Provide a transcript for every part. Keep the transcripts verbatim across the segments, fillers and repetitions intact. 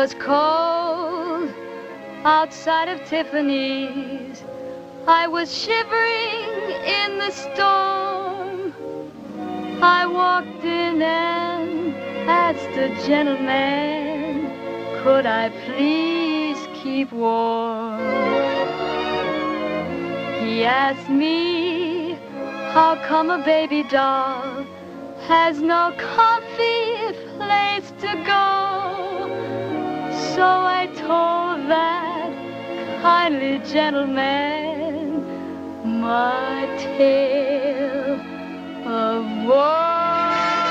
was cold outside of Tiffany's. I was shivering in the storm. I walked in and asked a gentleman, could I please keep warm? He asked me, how come a baby doll has no comfy place to go? So I told that kindly gentleman my tale of woe.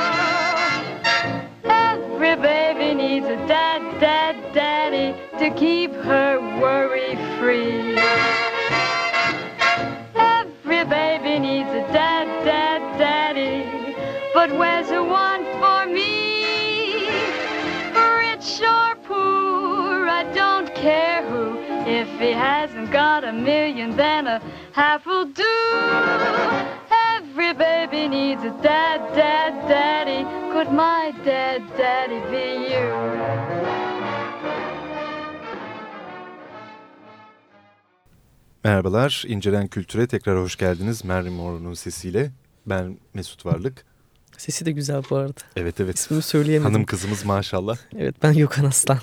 Every baby needs a dad, dad, daddy to keep her worry free. Every baby needs a dad, dad, daddy, but where's the one for me? Rich or poor, I don't care who. If he hasn't got a million, then a half will do. Every baby needs a dad, dad, daddy. Could my dad, daddy be you? Merhabalar, İncelen Kültür'e tekrar hoş geldiniz. Marilyn Monroe'nun sesiyle. Ben Mesut Varlık. Sesi de güzel bu arada. Evet evet. İsmini söyleyemedim. Hanım kızımız maşallah. Evet, ben Gökhan Aslan.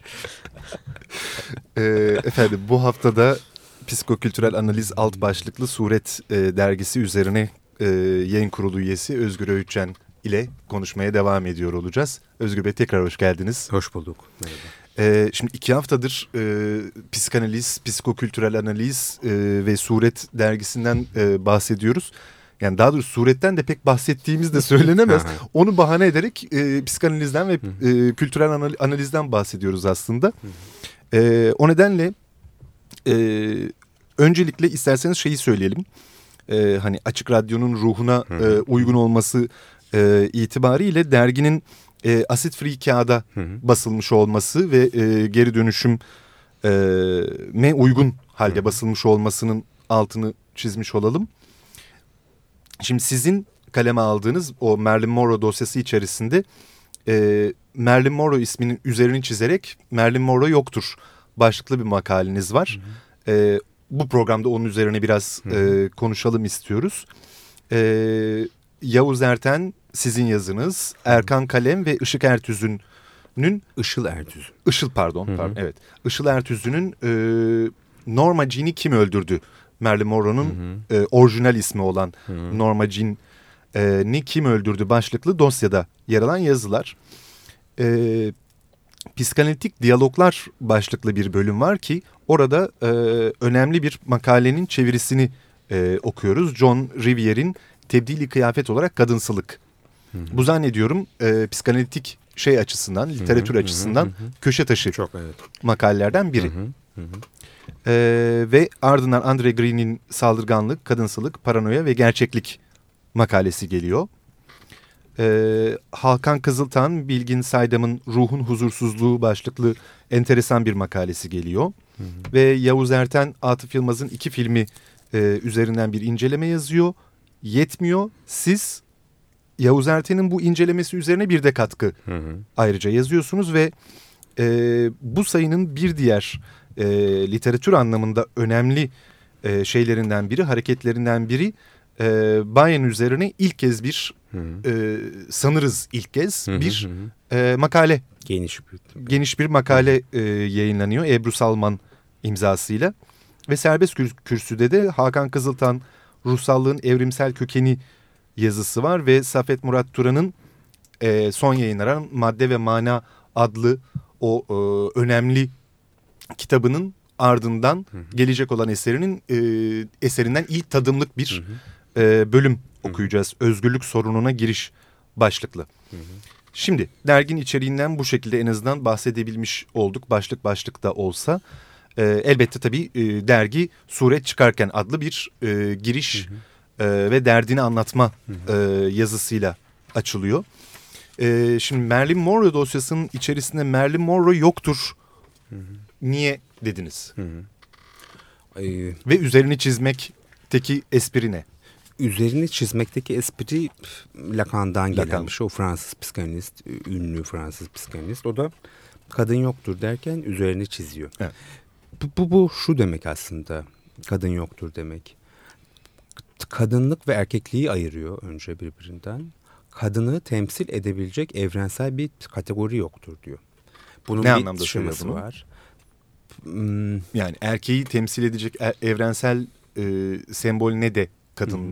e, efendim bu haftada Psikokültürel Analiz alt başlıklı Suret e, dergisi üzerine e, yayın kurulu üyesi Özgür Öğütçen ile konuşmaya devam ediyor olacağız. Özgür Bey tekrar hoş geldiniz. Hoş bulduk. Merhaba. Ee, şimdi iki haftadır e, psikanaliz, psikokültürel analiz e, ve Suret dergisinden e, bahsediyoruz. Yani daha doğrusu Suret'ten de pek bahsettiğimiz de söylenemez. Onu bahane ederek e, psikanalizden ve e, kültürel analizden bahsediyoruz aslında. E, o nedenle e, öncelikle isterseniz şeyi söyleyelim. E, hani Açık Radyo'nun ruhuna e, uygun olması e, itibariyle derginin E, asit free kağıda hı hı. basılmış olması ve e, geri dönüşüm e, me uygun halde hı hı. basılmış olmasının altını çizmiş olalım. Şimdi sizin kaleme aldığınız o Marilyn Monroe dosyası içerisinde e, Marilyn Monroe isminin üzerini çizerek Marilyn Monroe yoktur başlıklı bir makaleniz var. Hı hı. E, bu programda onun üzerine biraz hı hı. E, konuşalım istiyoruz. E, Yavuz Erten sizin yazınız, Erkan Kalem ve Işık Ertüz'ünün Işıl Ertüz. Işıl pardon, hı hı. pardon evet. Işıl Ertüz'ünün e, Norma Jean'i kim öldürdü? Marilyn Monroe'nun e, orijinal ismi olan hı hı. Norma Jean'i kim öldürdü başlıklı dosyada yer alan yazılar. E, Psikanalitik diyaloglar başlıklı bir bölüm var ki orada e, önemli bir makalenin çevirisini e, okuyoruz. John Rivier'in Tebdili Kıyafet olarak Kadınsılık. Hı hı. Bu zannediyorum e, psikanalitik şey açısından, literatür hı hı, açısından hı hı. köşe taşı Çok, evet. makalelerden biri. Hı hı, hı. E, ve ardından Andre Green'in Saldırganlık, Kadınsılık, Paranoya ve Gerçeklik makalesi geliyor. E, Hakan Kızıltan, Bilgin Saydam'ın Ruhun Huzursuzluğu başlıklı enteresan bir makalesi geliyor. Hı hı. Ve Yavuz Erten, Atıf Yılmaz'ın iki filmi e, üzerinden bir inceleme yazıyor. Yetmiyor, siz Yavuz Erten'in bu incelemesi üzerine bir de katkı hı hı. ayrıca yazıyorsunuz ve e, bu sayının bir diğer e, literatür anlamında önemli e, şeylerinden biri, hareketlerinden biri e, Bayen üzerine ilk kez bir hı hı. E, sanırız ilk kez hı hı. bir e, makale. Geniş bir, geniş bir makale e, yayınlanıyor Ebru Salman imzasıyla ve Serbest Kürsü'de de Hakan Kızıltan Ruhsallığın Evrimsel Kökeni yazısı var ve Safet Murat Turan'ın e, son yayınlanan Madde ve Mana adlı o e, önemli kitabının ardından hı hı. gelecek olan eserinin e, eserinden ilk tadımlık bir hı hı. E, bölüm hı hı. okuyacağız. Özgürlük sorununa giriş başlıklı. Hı hı. Şimdi dergin içeriğinden bu şekilde en azından bahsedebilmiş olduk başlık başlık da olsa. E, elbette tabii e, dergi Suret Çıkarken adlı bir e, giriş hı hı. E, ve derdini anlatma hı hı. E, yazısıyla açılıyor. E, şimdi Marilyn Monroe dosyasının içerisinde Marilyn Monroe yoktur. Hı hı. Niye dediniz? Hı hı. Ee, ve üzerini çizmekteki espri ne? Üzerini çizmekteki espri Lacan'dan Lacan. gelen bir şey. O Fransız psikanalist, ünlü Fransız psikanalist. O da kadın yoktur derken üzerine çiziyor. Evet. Bu, bu, bu şu demek aslında, kadın yoktur demek. Kadınlık ve erkekliği ayırıyor önce birbirinden. Kadını temsil edebilecek evrensel bir kategori yoktur diyor. Bunun Ne bir anlamda söylüyor şeması bunu? var. Hmm, Yani erkeği temsil edecek e- evrensel e, sembol ne de kadın.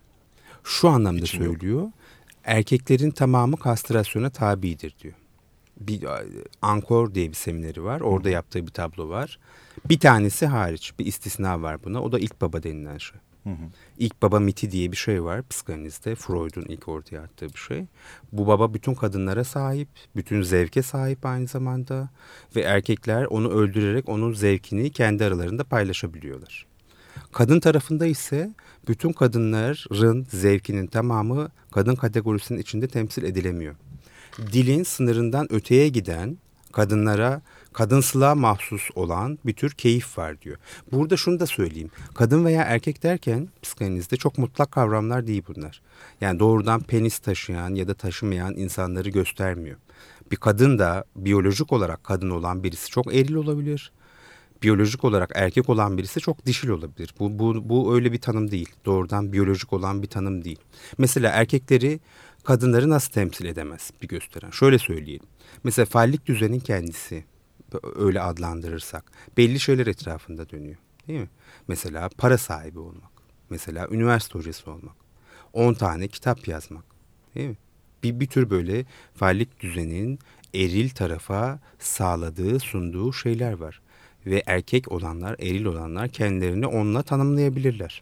Şu anlamda İçin yok. söylüyor. Erkeklerin tamamı kastrasyona tabidir diyor. Bir Ankor diye bir semineri var. Orada yaptığı bir tablo var. Bir tanesi hariç, bir istisna var buna. O da ilk baba denilen şey. Hı hı. İlk baba miti diye bir şey var psikanalizde. Freud'un ilk ortaya attığı bir şey. Bu baba bütün kadınlara sahip, bütün zevke sahip aynı zamanda. Ve erkekler onu öldürerek onun zevkini kendi aralarında paylaşabiliyorlar. Kadın tarafında ise bütün kadınların zevkinin tamamı kadın kategorisinin içinde temsil edilemiyor. Dilin sınırından öteye giden, kadınlara kadınsılığa mahsus olan bir tür keyif var diyor. Burada şunu da söyleyeyim. Kadın veya erkek derken psikanalizde çok mutlak kavramlar değil bunlar. Yani doğrudan penis taşıyan ya da taşımayan insanları göstermiyor. Bir kadın da biyolojik olarak kadın olan birisi çok eril olabilir. Biyolojik olarak erkek olan birisi çok dişil olabilir. Bu, bu, bu öyle bir tanım değil. Doğrudan biyolojik olan bir tanım değil. Mesela erkekleri kadınları nasıl temsil edemez bir gösteren? Şöyle söyleyelim. Mesela fallik düzenin kendisi, öyle adlandırırsak, belli şeyler etrafında dönüyor. Değil mi? Mesela para sahibi olmak. Mesela üniversite hocası olmak. on tane kitap yazmak. Değil mi? Bir, bir tür böyle fallik düzenin eril tarafa sağladığı, sunduğu şeyler var. Ve erkek olanlar, eril olanlar kendilerini onunla tanımlayabilirler.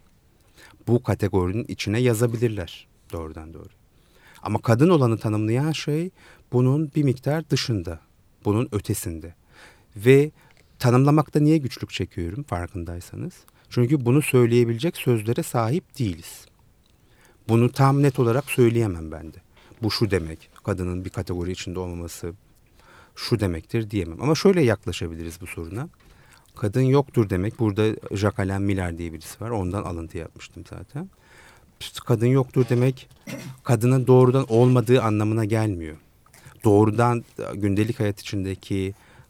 Bu kategorinin içine yazabilirler doğrudan doğru. Ama kadın olanı tanımlayan şey bunun bir miktar dışında, bunun ötesinde. Ve tanımlamakta niye güçlük çekiyorum farkındaysanız? Çünkü bunu söyleyebilecek sözlere sahip değiliz. Bunu tam net olarak söyleyemem ben de. Bu şu demek, kadının bir kategori içinde olmaması şu demektir diyemem. Ama şöyle yaklaşabiliriz bu soruna. Kadın yoktur demek. Burada Jacques Alain Miller diye birisi var. Ondan alıntı yapmıştım zaten. İşte kadın yoktur demek kadının doğrudan olmadığı anlamına gelmiyor. Doğrudan gündelik hayat içindeki,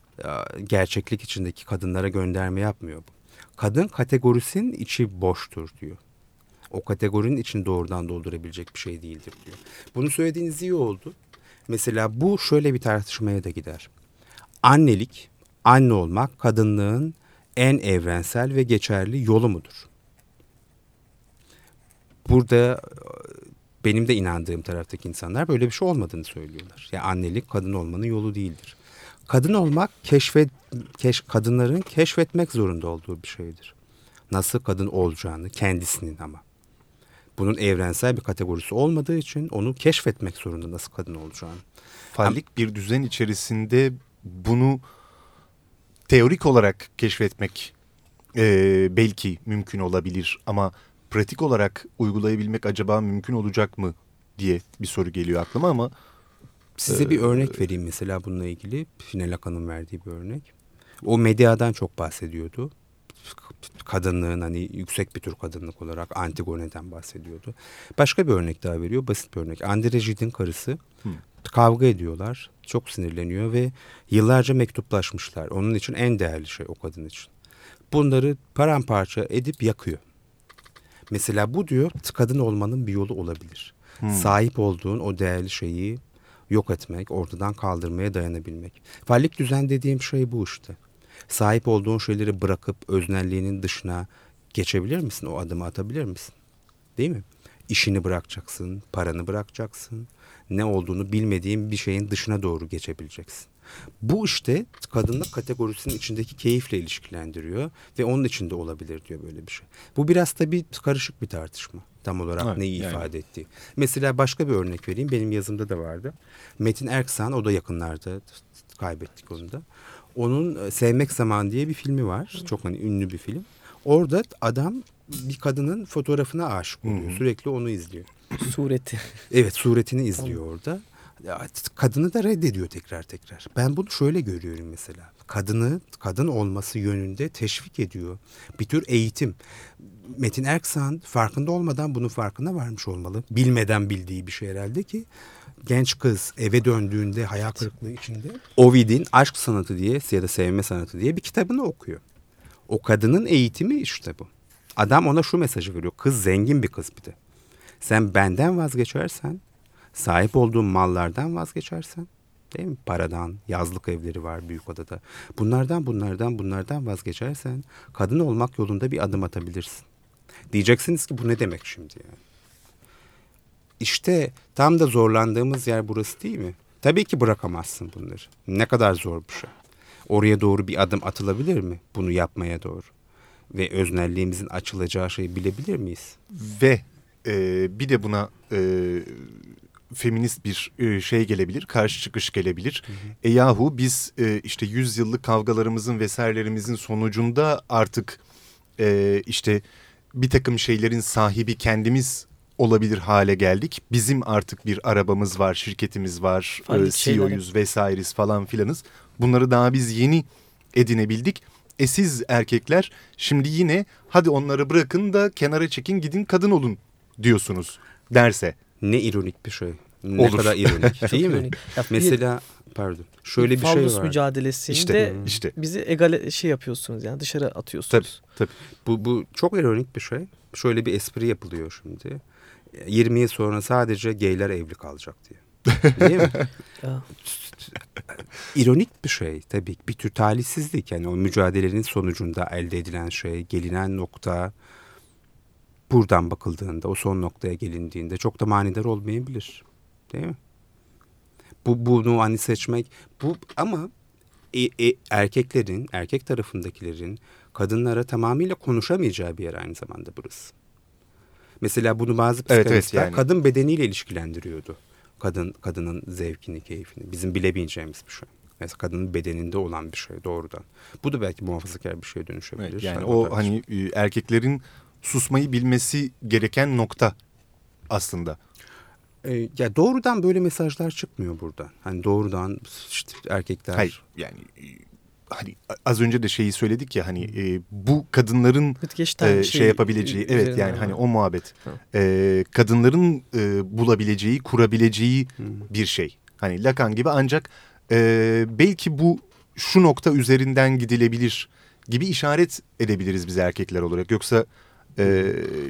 gerçeklik içindeki kadınlara gönderme yapmıyor. Kadın kategorisinin içi boştur diyor. O kategorinin içini doğrudan doldurabilecek bir şey değildir diyor. Bunu söylediğiniz iyi oldu. Mesela bu şöyle bir tartışmaya da gider. Annelik, anne olmak kadınlığın en evrensel ve geçerli yolu mudur? Burada benim de inandığım taraftaki insanlar böyle bir şey olmadığını söylüyorlar. Yani annelik kadın olmanın yolu değildir. Kadın olmak keşfet, keş, kadınların keşfetmek zorunda olduğu bir şeydir. Nasıl kadın olacağını kendisinin ama. Bunun evrensel bir kategorisi olmadığı için onu keşfetmek zorunda nasıl kadın olacağını. Fallik bir düzen içerisinde bunu teorik olarak keşfetmek e, belki mümkün olabilir ama pratik olarak uygulayabilmek acaba mümkün olacak mı diye bir soru geliyor aklıma ama. Size e, bir örnek vereyim mesela bununla ilgili. Finel Akan'ın verdiği bir örnek. O medyadan çok bahsediyordu. Kadınlığın hani yüksek bir tür kadınlık olarak Antigone'den bahsediyordu. Başka bir örnek daha veriyor. Basit bir örnek. André Gide'in karısı hmm. kavga ediyorlar. Çok sinirleniyor ve yıllarca mektuplaşmışlar. Onun için en değerli şey o kadın için. Bunları paramparça edip yakıyor. Mesela bu diyor kadın olmanın bir yolu olabilir. Hmm. Sahip olduğun o değerli şeyi yok etmek, ortadan kaldırmaya dayanabilmek. Fallik düzen dediğim şey bu işte. Sahip olduğun şeyleri bırakıp öznelliğinin dışına geçebilir misin? O adımı atabilir misin? Değil mi? İşini bırakacaksın, paranı bırakacaksın. Ne olduğunu bilmediğin bir şeyin dışına doğru geçebileceksin. Bu işte kadınlık kategorisinin içindeki keyifle ilişkilendiriyor ve onun içinde olabilir diyor böyle bir şey. Bu biraz tabii karışık bir tartışma. Tam olarak evet, neyi yani ifade ettiği. Mesela başka bir örnek vereyim. Benim yazımda da vardı. Metin Erksan, o da yakınlarda, kaybettik onu da. Onun Sevmek Zamanı diye bir filmi var. Çok hani ünlü bir film. Orada adam bir kadının fotoğrafına aşık oluyor. Hı-hı. Sürekli onu izliyor. Sureti. Evet, suretini izliyor orada. Kadını da reddediyor tekrar tekrar. Ben bunu şöyle görüyorum mesela. Kadını, kadın olması yönünde teşvik ediyor. Bir tür eğitim. Metin Erksan farkında olmadan bunun farkına varmış olmalı. Bilmeden bildiği bir şey herhalde ki genç kız eve döndüğünde hayal kırıklığı içinde Ovid'in Aşk Sanatı diye ya da Sevme Sanatı diye bir kitabını okuyor. O kadının eğitimi işte bu. Adam ona şu mesajı veriyor. Kız zengin bir kız bir de. Sen benden vazgeçersen, sahip olduğun mallardan vazgeçersen, değil mi? Paradan, yazlık evleri var Büyükada'da. Bunlardan, bunlardan, bunlardan vazgeçersen kadın olmak yolunda bir adım atabilirsin. Diyeceksiniz ki bu ne demek şimdi yani? İşte tam da zorlandığımız yer burası değil mi? Tabii ki bırakamazsın bunları. Ne kadar zor bir şey. Oraya doğru bir adım atılabilir mi? Bunu yapmaya doğru. Ve öznelliğimizin açılacağı şeyi bilebilir miyiz? Ve e, bir de buna e, feminist bir e, şey gelebilir, karşı çıkış gelebilir. Hı hı. E yahu biz e, işte yüzyıllık kavgalarımızın vesairelerimizin sonucunda artık e, işte bir takım şeylerin sahibi kendimiz olabilir hale geldik. Bizim artık bir arabamız var, şirketimiz var, e, C E O'yuz vesairiz falan filanız. Bunları daha biz yeni edinebildik. E siz erkekler şimdi yine hadi onları bırakın da kenara çekin gidin kadın olun diyorsunuz derse. Ne ironik bir şey. Ne Olur. kadar ironik değil mi? Mesela pardon şöyle bir, bir şey var. Fallus mücadelesinde işte, işte. bizi egale şey yapıyorsunuz yani dışarı atıyorsunuz. Tabii, tabii. Bu, bu çok ironik bir şey. Şöyle bir espri yapılıyor şimdi. yirmi yıl sonra sadece gayler evli kalacak diye. Değil mi? İronik bir şey tabii. Bir tür talihsizlik. Yani o mücadelenin sonucunda elde edilen şey, gelinen nokta buradan bakıldığında, o son noktaya gelindiğinde çok da manidar olmayabilir. Değil mi? Bu bunu hani seçmek bu ama e, e, erkeklerin, erkek tarafındakilerin kadınlara tamamıyla konuşamayacağı bir yer aynı zamanda burası. Mesela bunu bazı psikanalistler evet, evet, yani. kadın bedeniyle ilişkilendiriyordu. Kadın kadının zevkini, keyfini. Bizim bilemeyeceğimiz bir şey. Mesela kadının bedeninde olan bir şey doğrudan. Bu da belki muhafazakar bir şeye dönüşebilir. Evet, yani o hani şey. erkeklerin susmayı bilmesi gereken nokta aslında. Ee, ya doğrudan böyle mesajlar çıkmıyor buradan. Hani doğrudan işte erkekler. Hayır yani hani az önce de şeyi söyledik ya hani e, bu kadınların e, şey, şey yapabileceği evet yani hani o muhabbet e, kadınların e, bulabileceği kurabileceği hmm. bir şey hani Lacan gibi ancak e, belki bu şu nokta üzerinden gidilebilir gibi işaret edebiliriz biz erkekler olarak yoksa e,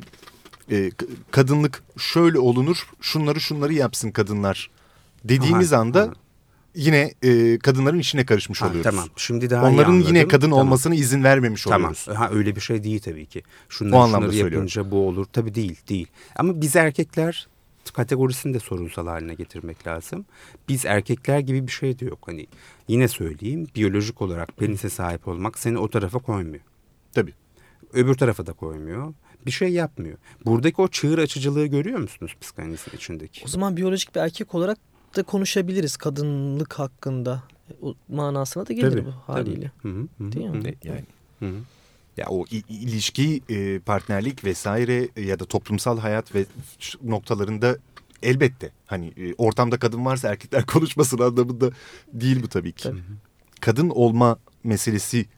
e, kadınlık şöyle olunur şunları şunları yapsın kadınlar dediğimiz aha, anda aha. Yine e, kadınların içine karışmış ha, oluyoruz. Tamam. Şimdi daha onların iyi yine kadın tamam. olmasına izin vermemiş tamam. oluyoruz. Ha, öyle bir şey değil tabii ki. Şunları, şunları yapınca bu olur. Tabii değil, değil. Ama biz erkekler kategorisini de sorunsal haline getirmek lazım. Biz erkekler gibi bir şey de yok. Hani yine söyleyeyim, biyolojik olarak penise sahip olmak seni o tarafa koymuyor. Tabii. Öbür tarafa da koymuyor. Bir şey yapmıyor. Buradaki o çığır açıcılığı görüyor musunuz psikanalizin içindeki? O zaman biyolojik bir erkek olarak da konuşabiliriz kadınlık hakkında. O manasına da gelir tabii, bu haliyle. Hı hı, hı, değil mi? Hı, yani. Hı hı. Ya o ilişki, partnerlik vesaire ya da toplumsal hayat ve noktalarında elbette hani ortamda kadın varsa erkekler konuşmasın anlamında değil bu tabii ki. Tabii. Kadın olma meselesi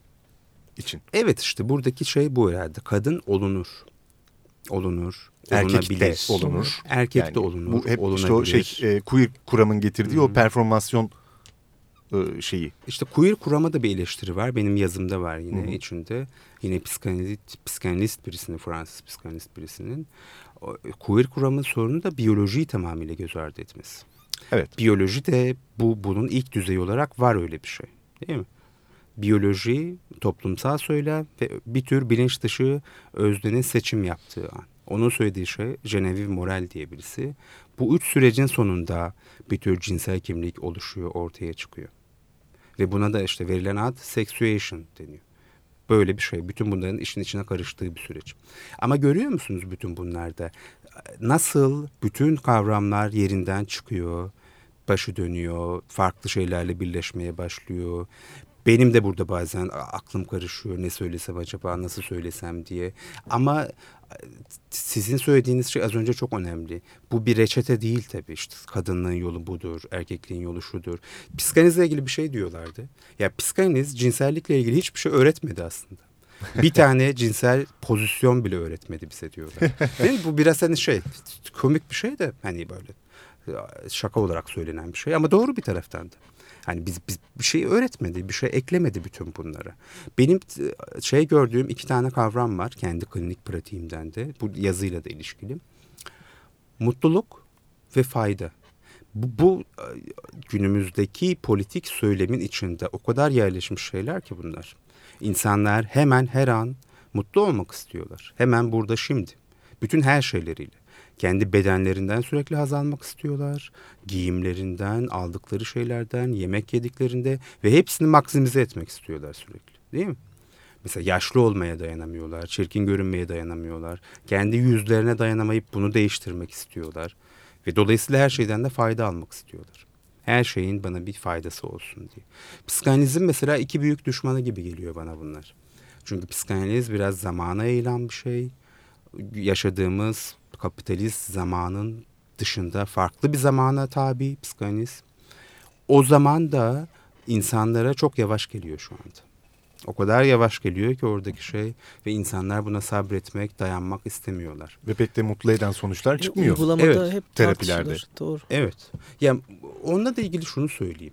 için. Evet işte buradaki şey bu herhalde. Kadın olunur. Olunur. Erkek de olunur. Erkek yani de olunur. Bu hep işte o şey e, queer kuramın getirdiği hmm. o performasyon e, şeyi. İşte queer kurama da bir eleştiri var. Benim yazımda var yine hmm. içinde. Yine psikanalist, psikanalist birisinin, Fransız psikanalist birisinin. O, queer kuramın sorunu da biyolojiyi tamamıyla göz ardı etmesi. Evet. Biyoloji de bu bunun ilk düzeyi olarak var öyle bir şey. Değil mi? Biyoloji, toplumsal söylem ve bir tür bilinç dışı öznenin seçim yaptığı an. Onun söylediği şey Genevieve Morel diye birisi. Bu üç sürecin sonunda bir tür cinsel kimlik oluşuyor, ortaya çıkıyor. Ve buna da işte verilen ad sexuation deniyor. Böyle bir şey. Bütün bunların işin içine karıştığı bir süreç. Ama görüyor musunuz bütün bunlarda? Nasıl bütün kavramlar yerinden çıkıyor, başı dönüyor, farklı şeylerle birleşmeye başlıyor. Benim de burada bazen aklım karışıyor. Ne söylesem acaba, nasıl söylesem diye. Ama sizin söylediğiniz şey az önce çok önemli. Bu bir reçete değil tabii. İşte kadınlığın yolu budur, erkekliğin yolu şudur. Psikanalizle ilgili bir şey diyorlardı. Ya psikanaliz cinsellikle ilgili hiçbir şey öğretmedi aslında. Bir tane cinsel pozisyon bile öğretmedi bize diyorlar. Değil mi? Bu biraz hani şey, komik bir şey de hani böyle şaka olarak söylenen bir şey ama doğru bir taraftan da. Hani biz, biz bir şey öğretmedi, bir şey eklemedi bütün bunlara. Benim şey gördüğüm iki tane kavram var kendi klinik pratiğimden de. Bu yazıyla da ilişkili. Mutluluk ve fayda. Bu, bu günümüzdeki politik söylemin içinde o kadar yerleşmiş şeyler ki bunlar. İnsanlar hemen her an mutlu olmak istiyorlar. Hemen burada şimdi. Bütün her şeyleriyle. Kendi bedenlerinden sürekli haz almak istiyorlar. Giyimlerinden, aldıkları şeylerden, yemek yediklerinde ve hepsini maksimize etmek istiyorlar sürekli. Değil mi? Mesela yaşlı olmaya dayanamıyorlar, çirkin görünmeye dayanamıyorlar. Kendi yüzlerine dayanamayıp bunu değiştirmek istiyorlar. Ve dolayısıyla her şeyden de fayda almak istiyorlar. Her şeyin bana bir faydası olsun diye. Psikanalizm mesela iki büyük düşmanı gibi geliyor bana bunlar. Çünkü psikanaliz biraz zamana eğilen bir şey. Yaşadığımız kapitalist zamanın dışında farklı bir zamana tabi psikanaliz. O zaman da insanlara çok yavaş geliyor şu anda. O kadar yavaş geliyor ki oradaki şey ve insanlar buna sabretmek, dayanmak istemiyorlar. Ve pek de mutlu eden sonuçlar çıkmıyor. Uygulamada evet, hep terapilerde. Doğru. Evet. Yani onunla da ilgili şunu söyleyeyim.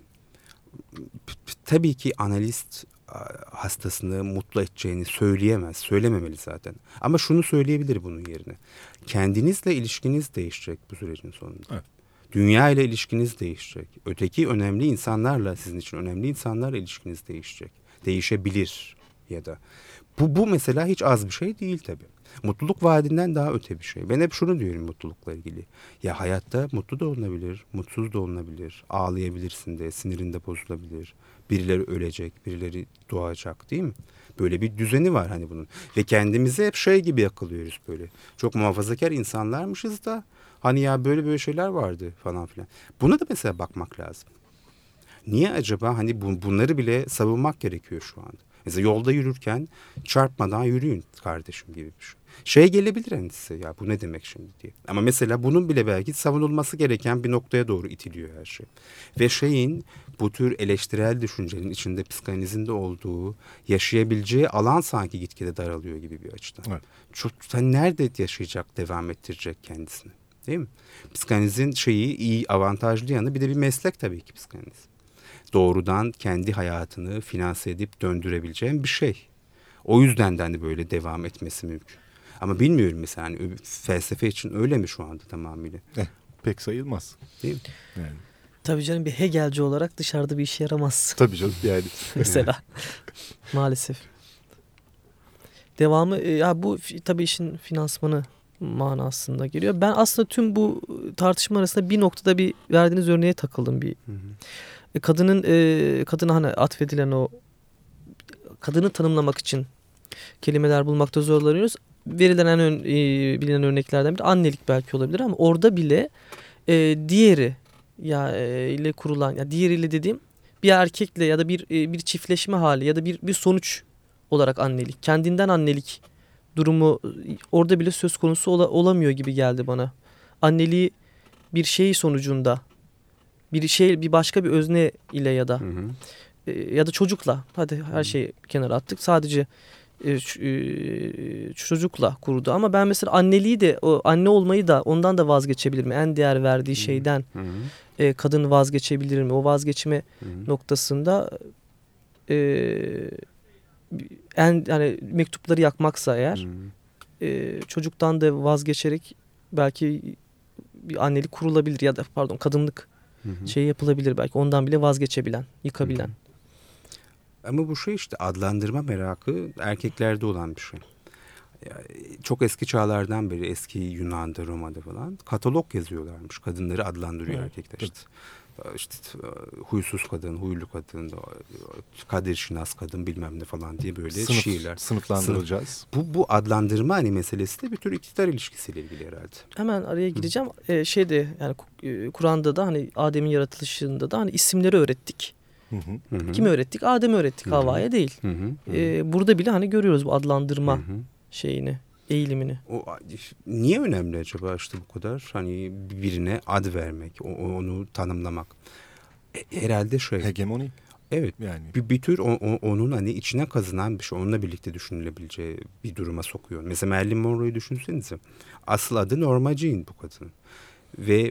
Tabii ki analist hastasını mutlu edeceğini söyleyemez, söylememeli zaten. Ama şunu söyleyebilir bunun yerine. Kendinizle ilişkiniz değişecek bu sürecin sonunda. Evet. Dünya ile ilişkiniz değişecek. Öteki önemli insanlarla, sizin için önemli insanlarla ilişkiniz değişecek. Değişebilir ya da. Bu, bu mesela hiç az bir şey değil tabii. Mutluluk vaadinden daha öte bir şey. Ben hep şunu diyorum mutlulukla ilgili. Ya hayatta mutlu da olunabilir, mutsuz da olunabilir. Ağlayabilirsin de, sinirinde bozulabilir. Birileri ölecek, birileri doğacak değil mi? Böyle bir düzeni var hani bunun. Ve kendimizi hep şey gibi yakalıyoruz böyle. Çok muhafazakar insanlarmışız da hani ya böyle böyle şeyler vardı falan filan. Buna da mesela bakmak lazım. Niye acaba hani bu, bunları bile savunmak gerekiyor şu anda. Mesela yolda yürürken çarpmadan yürüyün kardeşim gibi bir şey. Şey gelebilir hani size ya bu ne demek şimdi diye. Ama mesela bunun bile belki savunulması gereken bir noktaya doğru itiliyor her şey. Ve şeyin bu tür eleştirel düşüncenin içinde psikanalizin de olduğu yaşayabileceği alan sanki gitgide daralıyor gibi bir açıdan. Evet. Çok, sen nerede yaşayacak, devam ettirecek kendisini değil mi? Psikanalizin şeyi iyi, avantajlı yanı bir de bir meslek tabii ki psikanaliz. Doğrudan kendi hayatını finanse edip döndürebileceğin bir şey. O yüzden de hani böyle devam etmesi mümkün. Ama bilmiyorum mesela hani felsefe için öyle mi şu anda tamamıyla? Eh, pek sayılmaz. Değil mi? Yani. Tabii canım bir Hegelci olarak dışarıda bir işe yaramaz. Tabii canım yani. Mesela maalesef. Devamı ya bu tabii işin finansmanı manasında geliyor. Ben aslında tüm bu tartışma arasında bir noktada bir verdiğiniz örneğe takıldım bir. Hı hı. Kadının e, kadına hani atfedilen o kadını tanımlamak için kelimeler bulmakta zorlanıyoruz. Verilen en ön, e, bilinen örneklerden biri annelik belki olabilir ama orada bile e, diğeri ya e, ile kurulan ya diğeriyle dediğim bir erkekle ya da bir e, bir çiftleşme hali ya da bir bir sonuç olarak annelik, kendinden annelik durumu orada bile söz konusu ola, olamıyor gibi geldi bana. Anneliği bir şey sonucunda bir şey bir başka bir özne ile ya da hı hı. E, ya da çocukla hadi her şeyi kenara attık sadece e, e, çocukla kurdu ama ben mesela anneliği de o anne olmayı da ondan da vazgeçebilir mi? En değer verdiği şeyden hı hı. E, kadın vazgeçebilir mi? O vazgeçme hı hı. noktasında e, en yani mektupları yakmaksa eğer hı. E, çocuktan da vazgeçerek belki bir annelik kurulabilir ya da pardon kadınlık hı hı. şey yapılabilir belki ondan bile vazgeçebilen, yıkabilen. Hı hı. Ama bu şey işte adlandırma merakı erkeklerde olan bir şey. Yani çok eski çağlardan beri eski Yunan'da, Roma'da falan katalog yazıyorlarmış. Kadınları adlandırıyor evet. erkekler işte. İşte huysuz kadın, huylu kadın, kadir şinas kadın bilmem ne falan diye böyle Sınıf, şiirler. Sınıflandırılacağız. Sınıf. Bu, bu adlandırma hani meselesi de bir tür iktidar ilişkisiyle ilgili herhalde. Hemen araya gireceğim. Ee, şeyde yani Kur'an'da da hani Adem'in yaratılışında da hani isimleri öğrettik. Hı hı. Kimi öğrettik? Adem'i öğrettik. Havva'ya değil. Hı hı. Ee, burada bile hani görüyoruz bu adlandırma hı hı. şeyini, eğilimini. O niye önemli acaba işte bu kadar? Hani birine ad vermek, onu tanımlamak. E, herhalde şey. Hegemoni. Evet. Yani bir, bir tür o, o, onun hani içine kazınan bir şey, onunla birlikte düşünülebileceği bir duruma sokuyor. Mesela Marilyn Monroe'yu düşünsenize. Asıl adı Norma Jean bu kadın. Ve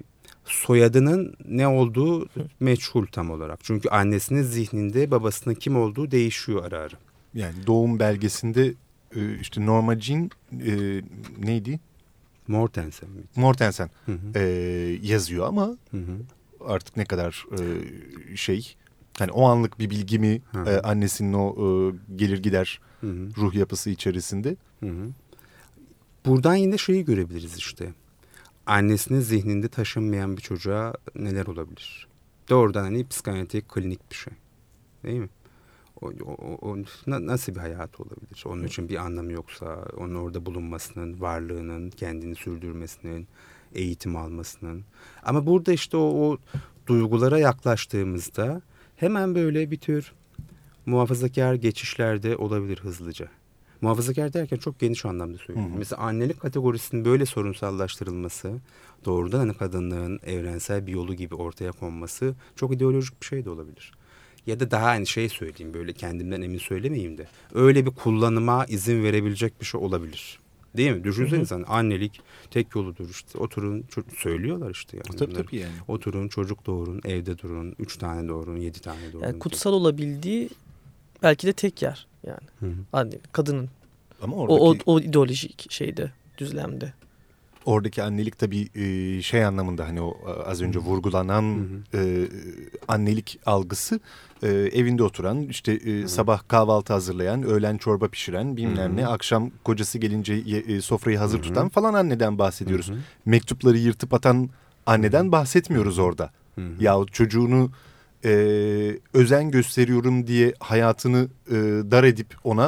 soyadının ne olduğu meçhul tam olarak. Çünkü annesinin zihninde babasının kim olduğu değişiyor ara ara. Yani doğum belgesinde e, işte Norma Jean e, neydi? Mortensen mi? Mortensen Hı hı. e, yazıyor ama Hı hı. artık ne kadar e, şey, hani o anlık bir bilgi mi e, annesinin o e, gelir gider hı hı. ruh yapısı içerisinde. Hı hı. Buradan yine şeyi görebiliriz işte. Annesinin zihninde taşınmayan bir çocuğa neler olabilir? Doğrudan hani psikanalitik klinik bir şey. Değil mi? O, o, o, nasıl bir hayatı olabilir? Onun için bir anlamı yoksa, onun orada bulunmasının, varlığının, kendini sürdürmesinin, eğitim almasının. Ama burada işte o, o duygulara yaklaştığımızda hemen böyle bir tür muhafazakar geçişlerde olabilir hızlıca. Muhafazakar derken çok geniş anlamda söylüyorum. Hı hı. Mesela annelik kategorisinin böyle sorunsallaştırılması, doğrudan hani kadınlığın evrensel bir yolu gibi ortaya konması çok ideolojik bir şey de olabilir. Ya da daha hani şey söyleyeyim, böyle kendimden emin söylemeyeyim de, öyle bir kullanıma izin verebilecek bir şey olabilir. Değil mi? Düşünsenize, hani annelik tek yoludur işte. Oturun, ço- söylüyorlar işte. Yani tabii tabii yani. Oturun, çocuk doğurun, evde durun, üç tane doğurun, yedi tane doğurun. Yani kutsal olabildiği belki de tek yer yani. Hı hı. Anne, kadının. Ama oradaki, o, o, o ideolojik şeyde, düzlemde. Oradaki annelik tabii e, şey anlamında, hani o az önce vurgulanan hı hı. E, annelik algısı e, evinde oturan, işte e, sabah kahvaltı hazırlayan, öğlen çorba pişiren, bilmem hı hı. ne, akşam kocası gelince e, sofrayı hazır hı hı. tutan falan anneden bahsediyoruz. Hı hı. Mektupları yırtıp atan anneden hı hı. bahsetmiyoruz orada. Hı hı. Yahut çocuğunu e, özen gösteriyorum diye hayatını e, dar edip ona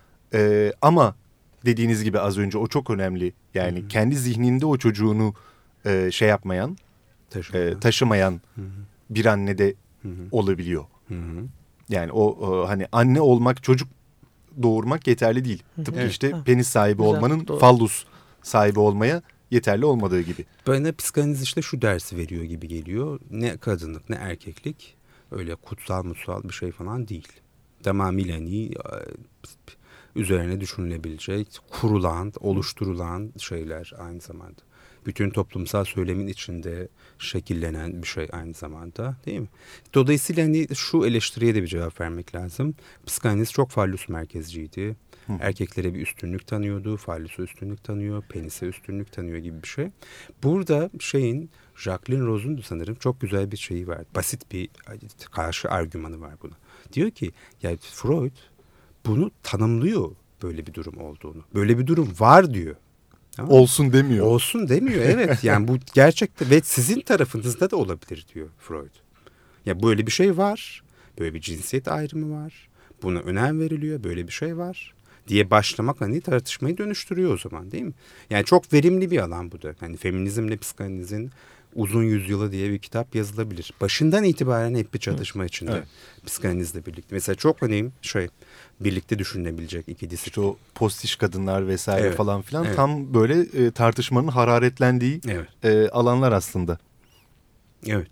e, ama dediğiniz gibi az önce o çok önemli. Yani hı hı. kendi zihninde o çocuğunu e, şey yapmayan, e, taşımayan hı hı. bir anne de hı hı. olabiliyor. Hı hı. Yani o, o hani anne olmak, çocuk doğurmak yeterli değil. Hı hı. Tıpkı evet. işte ha. penis sahibi Güzel, olmanın doğru. fallus sahibi olmaya yeterli olmadığı gibi. Bana psikanaliz işte şu dersi veriyor gibi geliyor. Ne kadınlık ne erkeklik öyle kutsal mutsal bir şey falan değil. Tamamıyla hani üzerine düşünülebilecek, kurulan, oluşturulan şeyler aynı zamanda. Bütün toplumsal söylemin içinde şekillenen bir şey aynı zamanda, değil mi? Dolayısıyla hani şu eleştiriye de bir cevap vermek lazım. Psikanaliz çok fallus merkezciydi. Hı. Erkeklere bir üstünlük tanıyordu, fallusa üstünlük tanıyor, penise üstünlük tanıyor gibi bir şey. Burada şeyin, Jacqueline Rose'un da sanırım çok güzel bir şeyi var. Basit bir karşı argümanı var buna. Diyor ki, ya Freud bunu tanımlıyor, böyle bir durum olduğunu. Böyle bir durum var diyor. Tamam. Olsun demiyor. Olsun demiyor, evet. Yani bu gerçekten ve sizin tarafınızda da olabilir diyor Freud. Ya böyle bir şey var. Böyle bir cinsiyet ayrımı var. Buna önem veriliyor. Böyle bir şey var diye başlamak hani tartışmayı dönüştürüyor o zaman, değil mi? Yani çok verimli bir alan bu da. Hani feminizmle psikanalizin uzun yüzyılı diye bir kitap yazılabilir. Başından itibaren hep bir çatışma içinde. Evet. Psikanalizle birlikte. Mesela çok hani şey, birlikte düşünülebilecek iki disiplin. İşte o postiş kadınlar vesaire evet. falan filan evet. tam böyle e, tartışmanın hararetlendiği evet. e, alanlar aslında. Evet.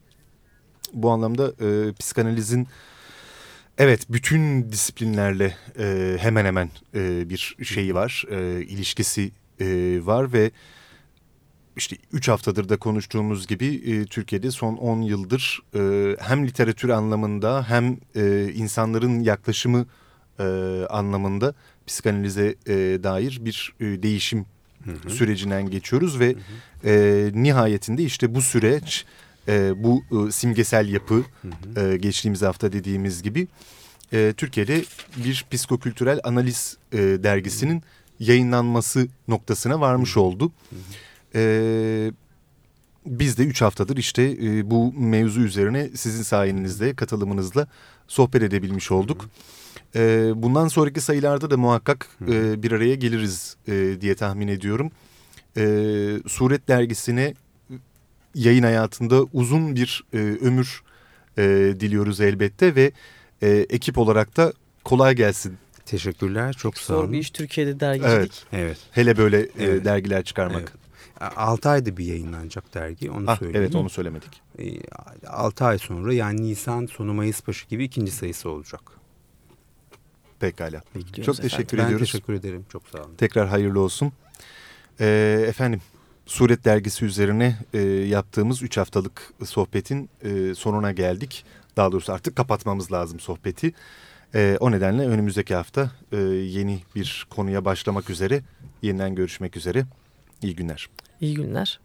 Bu anlamda e, psikanalizin evet bütün disiplinlerle e, hemen hemen e, bir şeyi var, e, ilişkisi e, var ve İşte üç haftadır da konuştuğumuz gibi e, Türkiye'de son on yıldır e, hem literatür anlamında hem e, insanların yaklaşımı e, anlamında psikanalize e, dair bir e, değişim hı hı. sürecinden geçiyoruz ve hı hı. E, nihayetinde işte bu süreç, e, bu e, simgesel yapı hı hı. E, geçtiğimiz hafta dediğimiz gibi e, Türkiye'de bir psikokültürel analiz e, dergisinin hı hı. yayınlanması noktasına varmış hı hı. oldu. Hı hı. Ee, biz de üç haftadır işte e, bu mevzu üzerine sizin sayenizde, katılımınızla sohbet edebilmiş olduk. Ee, bundan sonraki sayılarda da muhakkak e, bir araya geliriz e, diye tahmin ediyorum. Ee, Suret dergisine yayın hayatında uzun bir e, ömür e, diliyoruz elbette ve e, ekip olarak da kolay gelsin. Teşekkürler, çok sağ olun. Zor bir iş Türkiye'de dergicilik. Evet, evet. Hele böyle evet. e, dergiler çıkarmak. Evet. altı ayda bir yayınlanacak dergi, onu ah, söyleyeyim. Evet, onu söylemedik. altı ay sonra, yani Nisan sonu Mayıs başı gibi ikinci sayısı olacak. Pekala. Bekliyoruz çok efendim. teşekkür ben ediyoruz. Ben teşekkür ederim. Çok sağ olun. Tekrar hayırlı olsun. Ee, efendim Suret dergisi üzerine e, yaptığımız üç haftalık sohbetin e, sonuna geldik. Daha doğrusu artık kapatmamız lazım sohbeti. E, o nedenle önümüzdeki hafta e, yeni bir konuya başlamak üzere. Yeniden görüşmek üzere. İyi günler. İyi günler.